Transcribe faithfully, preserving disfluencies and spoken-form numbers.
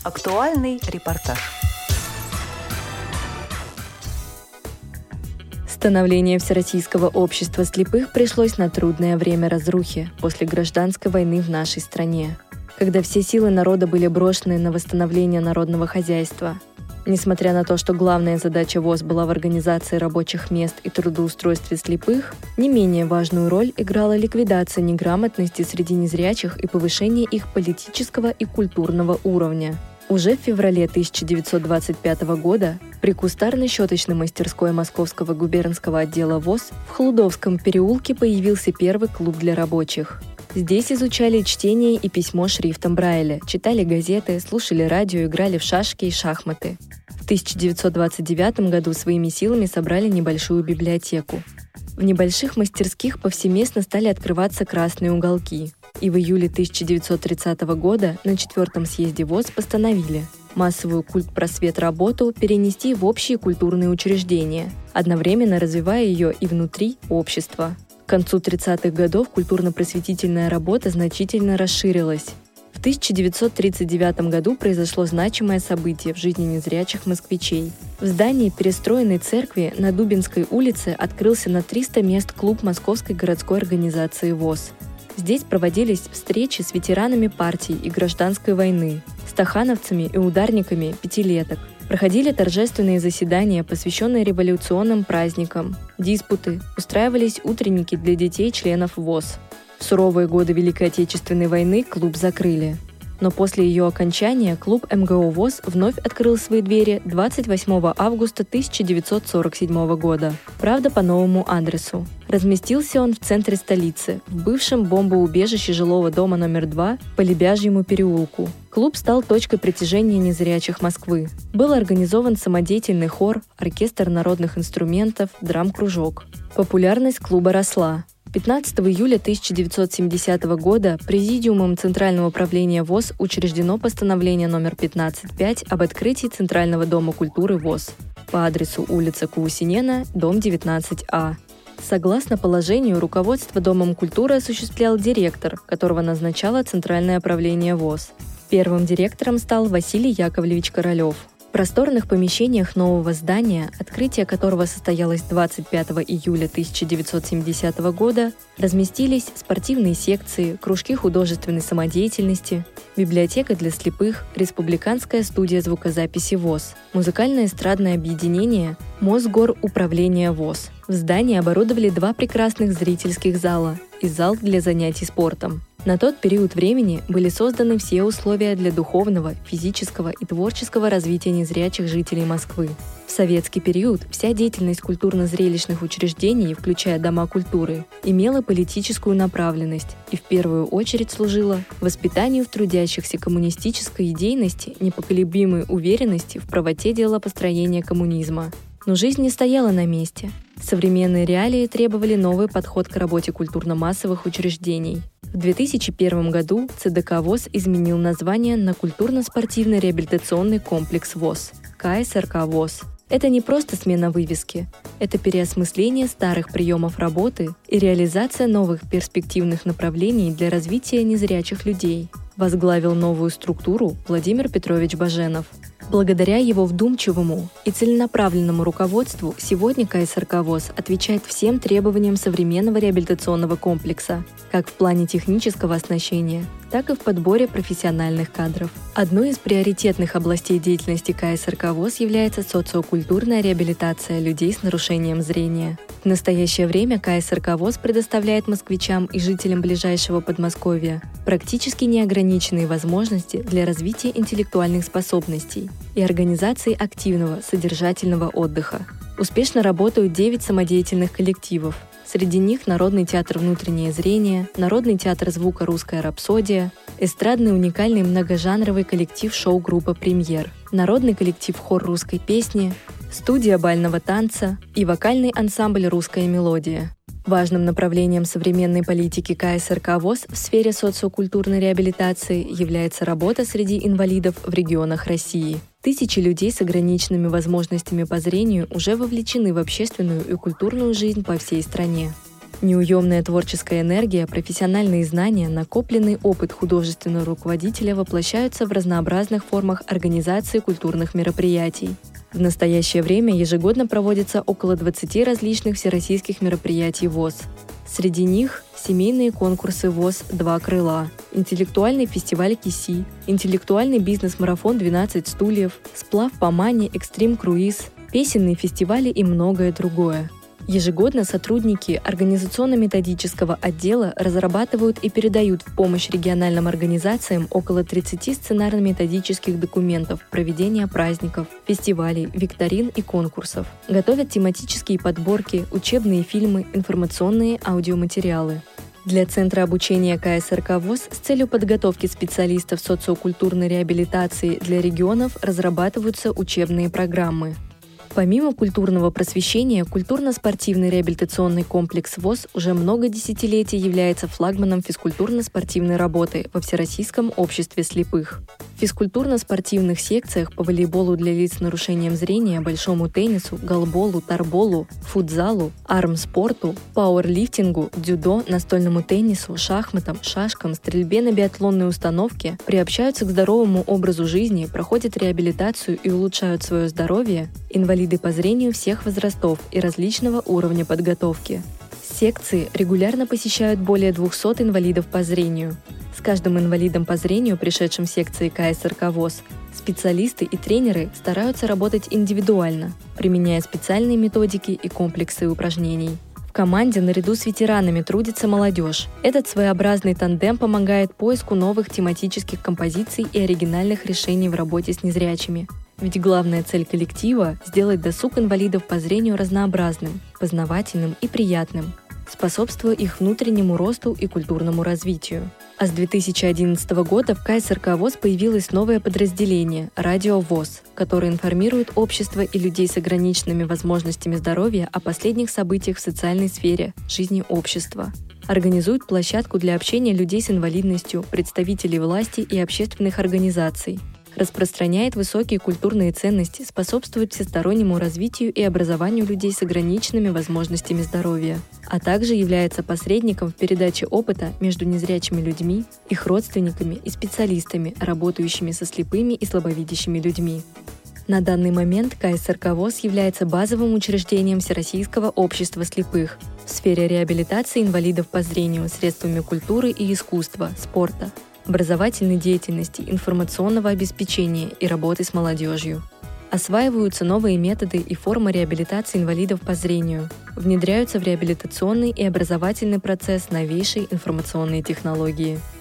Актуальный репортаж. Становление Всероссийского общества слепых пришлось на трудное время разрухи после гражданской войны в нашей стране, когда все силы народа были брошены на восстановление народного хозяйства. Несмотря на то, что главная задача ВОС была в организации рабочих мест и трудоустройстве слепых, не менее важную роль играла ликвидация неграмотности среди незрячих и повышение их политического и культурного уровня. Уже в феврале тысяча девятьсот двадцать пятого года при кустарной щеточной мастерской Московского губернского отдела ВОС в Хлудовском переулке появился первый клуб для рабочих. Здесь изучали чтение и письмо шрифтом Брайля, читали газеты, слушали радио, играли в шашки и шахматы. В тысяча девятьсот двадцать девятом году своими силами собрали небольшую библиотеку. В небольших мастерских повсеместно стали открываться красные уголки. И в июле тысяча девятьсот тридцатого года на четвертом съезде ВОС постановили массовую культпросвет-работу перенести в общие культурные учреждения, одновременно развивая ее и внутри общества. К концу тридцатых годов культурно-просветительная работа значительно расширилась. В тысяча девятьсот тридцать девятом году произошло значимое событие в жизни незрячих москвичей. В здании перестроенной церкви на Дубинской улице открылся на триста мест клуб Московской городской организации ВОС. Здесь проводились встречи с ветеранами партий и гражданской войны, стахановцами и ударниками пятилеток. Проходили торжественные заседания, посвященные революционным праздникам, диспуты, устраивались утренники для детей членов ВОС. В суровые годы Великой Отечественной войны клуб закрыли. Но после ее окончания клуб эм гэ о ВОС вновь открыл свои двери двадцать восьмого августа тысяча девятьсот сорок седьмого года. Правда, по новому адресу. Разместился он в центре столицы, в бывшем бомбоубежище жилого дома номер два по Лебяжьему переулку. Клуб стал точкой притяжения незрячих Москвы. Был организован самодеятельный хор, оркестр народных инструментов, драм-кружок. Популярность клуба росла. пятнадцатого июля тысяча девятьсот семидесятого года Президиумом Центрального управления ВОС учреждено постановление номер пятнадцать пять об открытии Центрального дома культуры ВОС по адресу улица Каусинена, дом девятнадцать А. Согласно положению, руководство Домом культуры осуществлял директор, которого назначало Центральное управление ВОС. Первым директором стал Василий Яковлевич Королев. В просторных помещениях нового здания, открытие которого состоялось двадцать пятого июля тысяча девятьсот семидесятого года, разместились спортивные секции, кружки художественной самодеятельности, библиотека для слепых, республиканская студия звукозаписи ВОС, музыкальное эстрадное объединение Мосгоруправление ВОС. В здании оборудовали два прекрасных зрительских зала и зал для занятий спортом. На тот период времени были созданы все условия для духовного, физического и творческого развития незрячих жителей Москвы. В советский период вся деятельность культурно-зрелищных учреждений, включая дома культуры, имела политическую направленность и в первую очередь служила воспитанию в трудящихся коммунистической идейности, непоколебимой уверенности в правоте делопостроения коммунизма. Но жизнь не стояла на месте. Современные реалии требовали новый подход к работе культурно-массовых учреждений. В две тысячи первом году цэ дэ ка ВОС изменил название на культурно-спортивный реабилитационный комплекс ВОС – ка эс эр ка ВОС. Это не просто смена вывески, это переосмысление старых приемов работы и реализация новых перспективных направлений для развития незрячих людей. Возглавил новую структуру Владимир Петрович Баженов. Благодаря его вдумчивому и целенаправленному руководству сегодня ка эс эр ка ВОС отвечает всем требованиям современного реабилитационного комплекса, как в плане технического оснащения, так и в подборе профессиональных кадров. Одной из приоритетных областей деятельности ка эс эр ка ВОС является социокультурная реабилитация людей с нарушением зрения. В настоящее время ка эс эр ка ВОС предоставляет москвичам и жителям ближайшего Подмосковья практически неограниченные возможности для развития интеллектуальных способностей и организации активного, содержательного отдыха. Успешно работают девять самодеятельных коллективов. Среди них Народный театр «Внутреннее зрение», Народный театр звука «Русская рапсодия», эстрадный уникальный многожанровый коллектив шоу-группа «Премьер», народный коллектив «Хор русской песни», студия бального танца и вокальный ансамбль «Русская мелодия». Важным направлением современной политики ка эс эр ка ВОС в сфере социокультурной реабилитации является работа среди инвалидов в регионах России. Тысячи людей с ограниченными возможностями по зрению уже вовлечены в общественную и культурную жизнь по всей стране. Неуемная творческая энергия, профессиональные знания, накопленный опыт художественного руководителя воплощаются в разнообразных формах организации культурных мероприятий. В настоящее время ежегодно проводится около двадцати различных всероссийских мероприятий ВОС. Среди них семейные конкурсы ВОС «Два крыла», интеллектуальный фестиваль КИСИ, интеллектуальный бизнес-марафон «двенадцать стульев», сплав по Мане, экстрим-круиз, песенные фестивали и многое другое. Ежегодно сотрудники организационно-методического отдела разрабатывают и передают в помощь региональным организациям около тридцати сценарно-методических документов проведения праздников, фестивалей, викторин и конкурсов. Готовят тематические подборки, учебные фильмы, информационные аудиоматериалы. Для Центра обучения ка эс эр ка ВОС с целью подготовки специалистов социокультурной реабилитации для регионов разрабатываются учебные программы. Помимо культурного просвещения, культурно-спортивный реабилитационный комплекс ВОС уже много десятилетий является флагманом физкультурно-спортивной работы во Всероссийском обществе слепых. В физкультурно-спортивных секциях по волейболу для лиц с нарушением зрения, большому теннису, голболу, тарболу, футзалу, армспорту, пауэрлифтингу, дзюдо, настольному теннису, шахматам, шашкам, стрельбе на биатлонной установке приобщаются к здоровому образу жизни, проходят реабилитацию и улучшают свое здоровье инвалиды по зрению всех возрастов и различного уровня подготовки. Секции регулярно посещают более двухсот инвалидов по зрению. С каждым инвалидом по зрению, пришедшим в секции ка эс эр ка ВОС, специалисты и тренеры стараются работать индивидуально, применяя специальные методики и комплексы упражнений. В команде наряду с ветеранами трудится молодежь. Этот своеобразный тандем помогает поиску новых тематических композиций и оригинальных решений в работе с незрячими. Ведь главная цель коллектива – сделать досуг инвалидов по зрению разнообразным, познавательным и приятным, способствуя их внутреннему росту и культурному развитию. А с две тысячи одиннадцатого года в ка эс эр ка ВОС появилось новое подразделение – Радио ВОС, которое информирует общество и людей с ограниченными возможностями здоровья о последних событиях в социальной сфере жизни общества. Организует площадку для общения людей с инвалидностью, представителей власти и общественных организаций. Распространяет высокие культурные ценности, способствует всестороннему развитию и образованию людей с ограниченными возможностями здоровья, а также является посредником в передаче опыта между незрячими людьми, их родственниками и специалистами, работающими со слепыми и слабовидящими людьми. На данный момент ка эс эр ка ВОС является базовым учреждением Всероссийского общества слепых в сфере реабилитации инвалидов по зрению средствами культуры и искусства, спорта, образовательной деятельности, информационного обеспечения и работы с молодежью. Осваиваются новые методы и формы реабилитации инвалидов по зрению. Внедряются в реабилитационный и образовательный процесс новейшие информационные технологии.